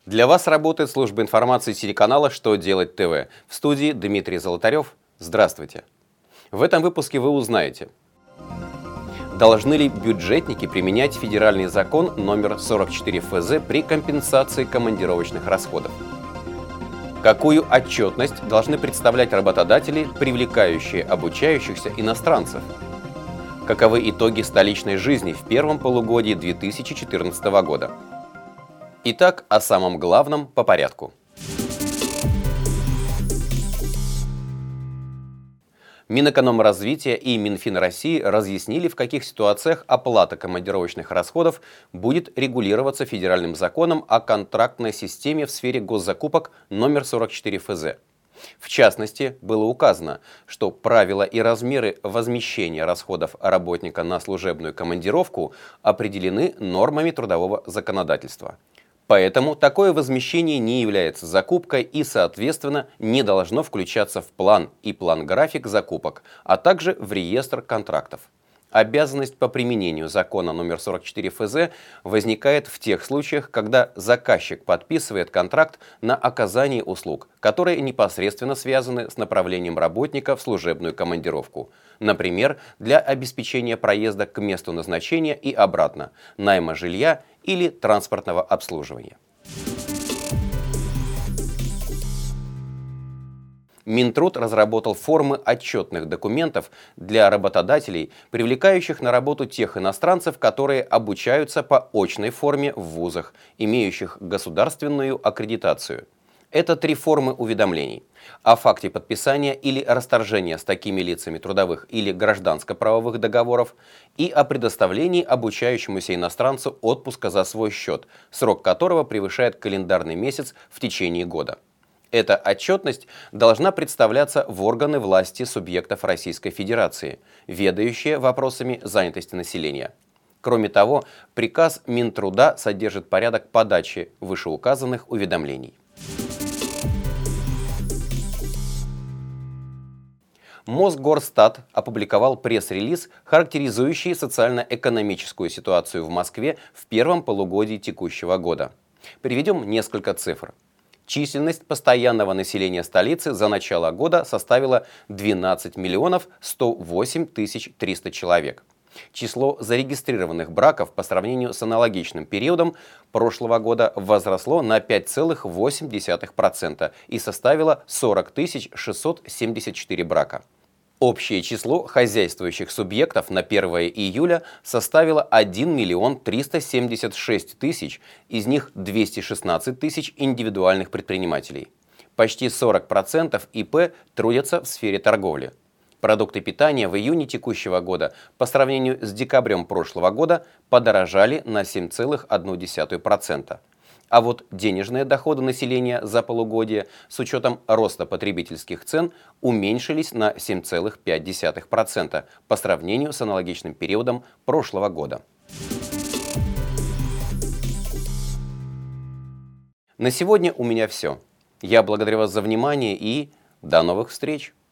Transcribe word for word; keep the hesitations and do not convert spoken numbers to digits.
Для вас работает служба информации телеканала «Что делать ТВ». В студии Дмитрий Золотарев. Здравствуйте. В этом выпуске вы узнаете: должны ли бюджетники применять федеральный закон номер сорок четыре эф зэ при компенсации командировочных расходов? Какую отчетность должны представлять работодатели, привлекающие обучающихся иностранцев? Каковы итоги столичной жизни в первом полугодии две тысячи четырнадцатого года? Итак, о самом главном по порядку. Минэкономразвития и Минфин России разъяснили, в каких ситуациях оплата командировочных расходов будет регулироваться федеральным законом о контрактной системе в сфере госзакупок номер сорок четыре эф зэ. В частности, было указано, что правила и размеры возмещения расходов работника на служебную командировку определены нормами трудового законодательства. Поэтому такое возмещение не является закупкой и, соответственно, не должно включаться в план и план-график закупок, а также в реестр контрактов. Обязанность по применению закона номер сорок четыре эф зэ возникает в тех случаях, когда заказчик подписывает контракт на оказание услуг, которые непосредственно связаны с направлением работника в служебную командировку. Например, для обеспечения проезда к месту назначения и обратно, найма жилья или транспортного обслуживания. Минтруд разработал формы отчетных документов для работодателей, привлекающих на работу тех иностранцев, которые обучаются по очной форме в вузах, имеющих государственную аккредитацию. Это три формы уведомлений: о факте подписания или расторжения с такими лицами трудовых или гражданско-правовых договоров и о предоставлении обучающемуся иностранцу отпуска за свой счет, срок которого превышает календарный месяц в течение года. Эта отчетность должна представляться в органы власти субъектов Российской Федерации, ведающие вопросами занятости населения. Кроме того, приказ Минтруда содержит порядок подачи вышеуказанных уведомлений. Мосгорстат опубликовал пресс-релиз, характеризующий социально-экономическую ситуацию в Москве в первом полугодии текущего года. Приведем несколько цифр. Численность постоянного населения столицы за начало года составила двенадцать миллионов сто восемь тысяч триста человек. Число зарегистрированных браков по сравнению с аналогичным периодом прошлого года возросло на пять целых восемь десятых процента и составило сорок тысяч шестьсот семьдесят четыре брака. Общее число хозяйствующих субъектов на первое июля составило один миллион триста семьдесят шесть тысяч, из них двести шестнадцать тысяч индивидуальных предпринимателей. Почти сорок процентов и пэ трудятся в сфере торговли. Продукты питания в июне текущего года по сравнению с декабрем прошлого года подорожали на семь целых одна десятая процента. А вот денежные доходы населения за полугодие с учетом роста потребительских цен уменьшились на семь целых пять десятых процента по сравнению с аналогичным периодом прошлого года. На сегодня у меня все. Я благодарю вас за внимание и до новых встреч!